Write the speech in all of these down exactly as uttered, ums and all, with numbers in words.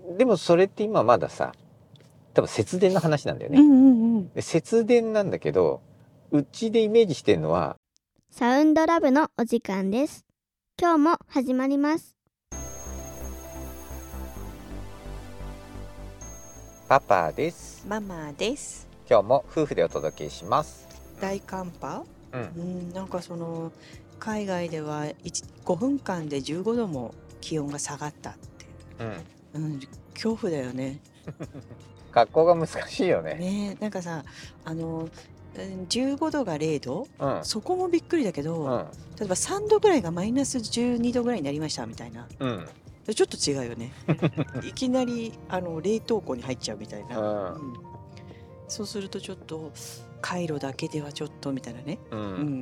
でもそれって今まださ、多分節電の話なんだよね。 うんうんうん。 で節電なんだけど、うちでイメージしてるのはサウンドラブのお時間です。今日も始まります。 パパです。 ママです。 今日も夫婦でお届けします。 大寒波、 うん、 うん、なんかその海外ではごふんかんでじゅうごども気温が下がったってうん、 うん、恐怖だよね。 格好が難しいよね。 ね、なんかさ、あのじゅうごどがれいど、 うん、 そこもびっくりだけど、 うん、 例えばさんどぐらいがマイナスじゅうにどぐらいになりましたみたいな、 うん、 ちょっと違うよね。いきなりあの冷凍庫に入っちゃうみたいな、 うんうん、そうするとちょっと回路だけではちょっとみたいなね、 うん、 うん、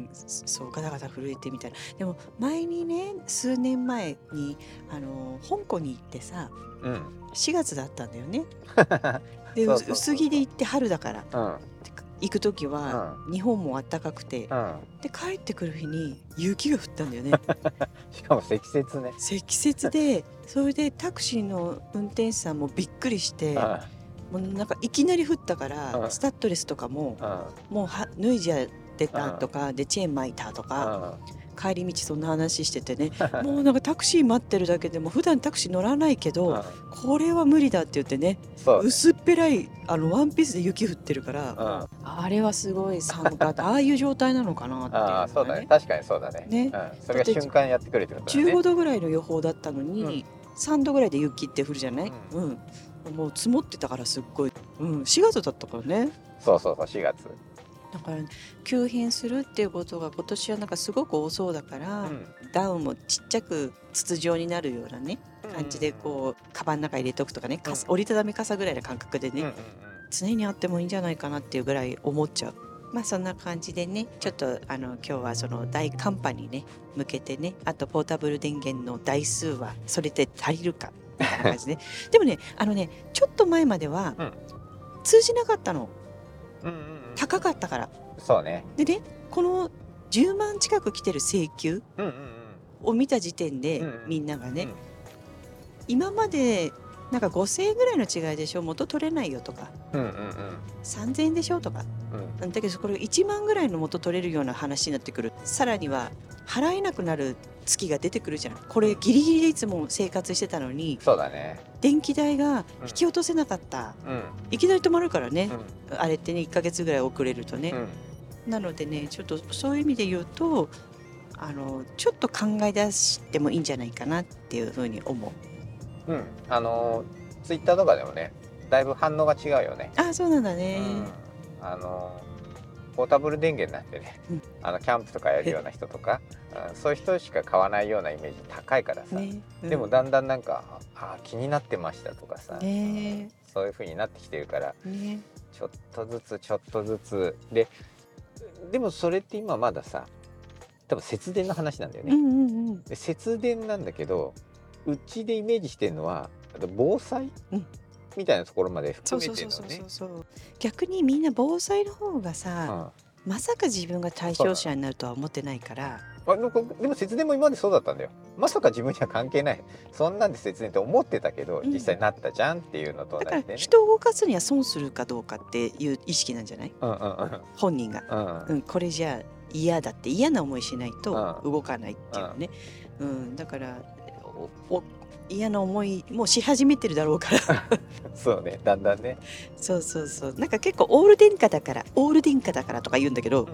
そうガタガタ震えてみたいな。でも前にね、数年前にあの香港に行ってさ、 うん、 しがつだったんだよね。でそうそうそうそう薄着で行って春だから、 うん、 行く時は日本も暖かくて、 うん、 で帰ってくる日に雪が降ったんだよね。 しかも積雪ね。 積雪で、それでタクシーの運転手さんもびっくりして、もうなんかいきなり降ったから、 うんスタッドレスとかも、 うん、 もうは脱いじゃってたとか、でチェーン巻いたとか、帰り道そんな話しててね、もうなんかタクシー待ってるだけでも普段タクシー乗らないけど、 うん、 これは無理だって言ってね、 そうね、 薄っぺらいあのワンピースで雪降ってるから、 うん、 あれはすごい寒かった。ああいう状態なのかなっていうのがね。 あ、そうだね、確かにそうだね。 ね、 うん、それが瞬間やってくるってことだね。 じゅうごどぐらいの予報だったのに、うん、さんどぐらいで雪って降るじゃない、うん、うん、もう積もってたからすっごい、うん、しがつだったからね。 そうそうそう、しがつだから急変するっていうことが今年はなんかすごく多そうだから、うん、ダウンもちっちゃく筒状になるようなね感じでこうカバンの中入れておくとかね、うん、折りたたみ傘ぐらいの感覚でね、うんうんうん、常にあってもいいんじゃないかなっていうぐらい思っちゃう。まあそんな感じでね、ちょっとあの今日はその大寒波にね向けてね、あとポータブル電源の台数はそれで足りるかみたいな感じででもね、あのねちょっと前までは通じなかったの、うんうんうん、高かったから。 そうね。 でね、このじゅうまん近く来てる請求を見た時点で、うんうん、みんながね、うん、今までなんかごせんえんぐらいの違いでしょ、元取れないよとか、うんうんうん、さんぜんえんでしょとか、うん、だけどこれいちまんぐらいの元取れるような話になってくる。さらには払えなくなる月が出てくるじゃん。これギリギリでいつも生活してたのに、 そうだね、 電気代が引き落とせなかった、うん、いきなり止まるからね、うん、あれってねいっかげつぐらい遅れるとね、うん、なのでねちょっとそういう意味で言うとあのちょっと考え出してもいいんじゃないかなっていうふうに思う。 うん、あのツイッターとかでもねだいぶ反応が違うよね。 あ、そうなんだね、 うん、あのポータブル電源なんてね、うん、あのキャンプとかやるような人とか、うん、そういう人しか買わないようなイメージ高いからさ、ね、うん、でもだんだんなんかあ気になってましたとかさ、ね、そういう風になってきてるから、ね、ちょっとずつちょっとずつで、でもそれって今まださ多分節電の話なんだよね、うんうんうん、で節電なんだけどうちでイメージしてるのは防災、うんみたいなところまで含めてるのね。 逆にみんな防災の方がさ、うん、まさか自分が対象者になるとは思ってないから。 あでも節電も今までそうだったんだよ。まさか自分には関係ないそんなんで節電って思ってたけど、うん、実際なったじゃんっていうのと同じで、ね、 だから人を動かすには損するかどうかっていう意識なんじゃない、うんうんうん、本人が、うんうん、これじゃあ嫌だって嫌な思いしないと動かないっていうね、うんうん、だからおお嫌な思いもし始めてるだろうからそうね、だんだんね。 そうそうそう、なんか結構オール電化だからオール電化だからとか言うんだけど、うん、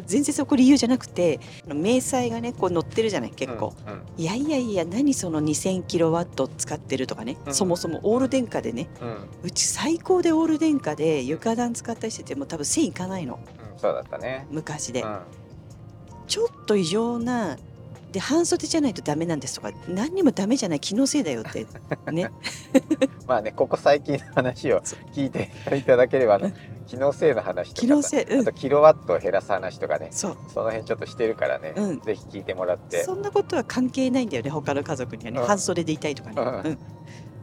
全然そこ理由じゃなくて明細がねこう載ってるじゃない結構、うんうん、いやいやいや何そのにせんキロワット使ってるとかね、うん、そもそもオール電化でね、うん、うち最高でオール電化で床暖使ったりしてても多分せんいかないの、 うん、そうだったね昔で、 うん、 ちょっと異常なで半袖じゃないとダメなんですとか何にもダメじゃない気のせいだよってねまあねここ最近の話を聞いていただければ気のせいの話とか気のせい、うん、あとキロワットを減らす話とかね、そうその辺ちょっとしてるからね、うん、ぜひ聞いてもらって。 そんなことは関係ないんだよね他の家族にはね、うん、半袖でいたいとかね、うんうん、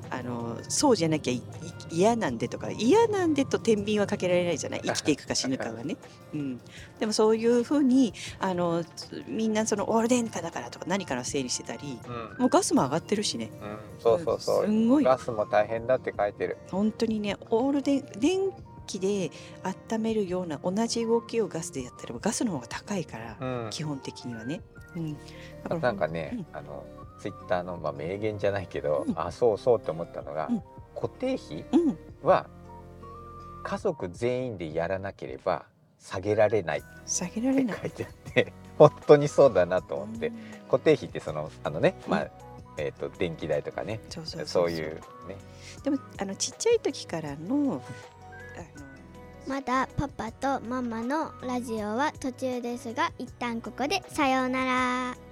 あのそうじゃなきゃいい嫌なんでとか、嫌なんでと天秤はかけられないじゃない、生きていくか死ぬかはね、うん、でもそういうふうにあのみんなそのオール電化だからとか何から整理してたり、うん、もうガスも上がってるしね、 うん、そうそうそう、すんごいガスも大変だって書いてる。 本当にね、オール電電気で温めるような同じ動きをガスでやったらガスの方が高いから、うん、基本的にはね、うん、 だからなんかね、うん、あのツイッターの、まあ、名言じゃないけど、うん、あそうそうって思ったのが、うん、固定費は家族全員でやらなければ下げられない下げられないって書いてあって本当にそうだなと思って、うん、固定費ってそのあのね、まあ、うん、えーと、電気代とかね、そうそうそうそう、そういうね。 でもあのちっちゃい時からの、あのまだパパとママのラジオは途中ですが、一旦ここでさようなら。